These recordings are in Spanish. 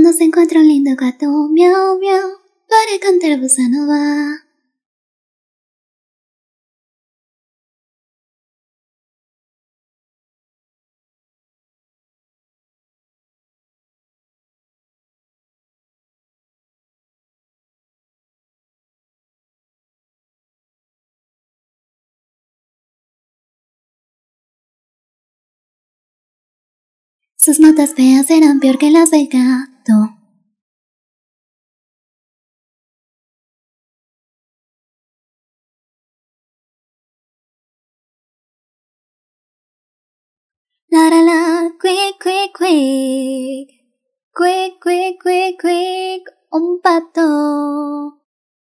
Cuando se encuentra un lindo gato, miau miau, para cantar bossa nova. Sus notas feas eran peor que las del gato. La la la, quick, quick, quick. Quick, quick, quick, quick, un pato.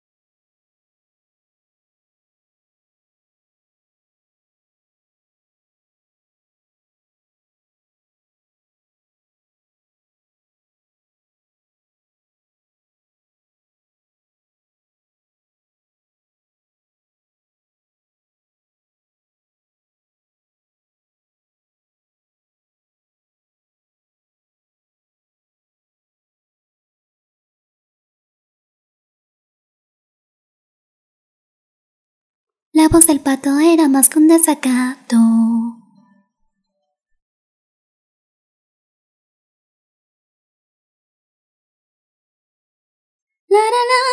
La voz del pato era más que un desacato. La la la,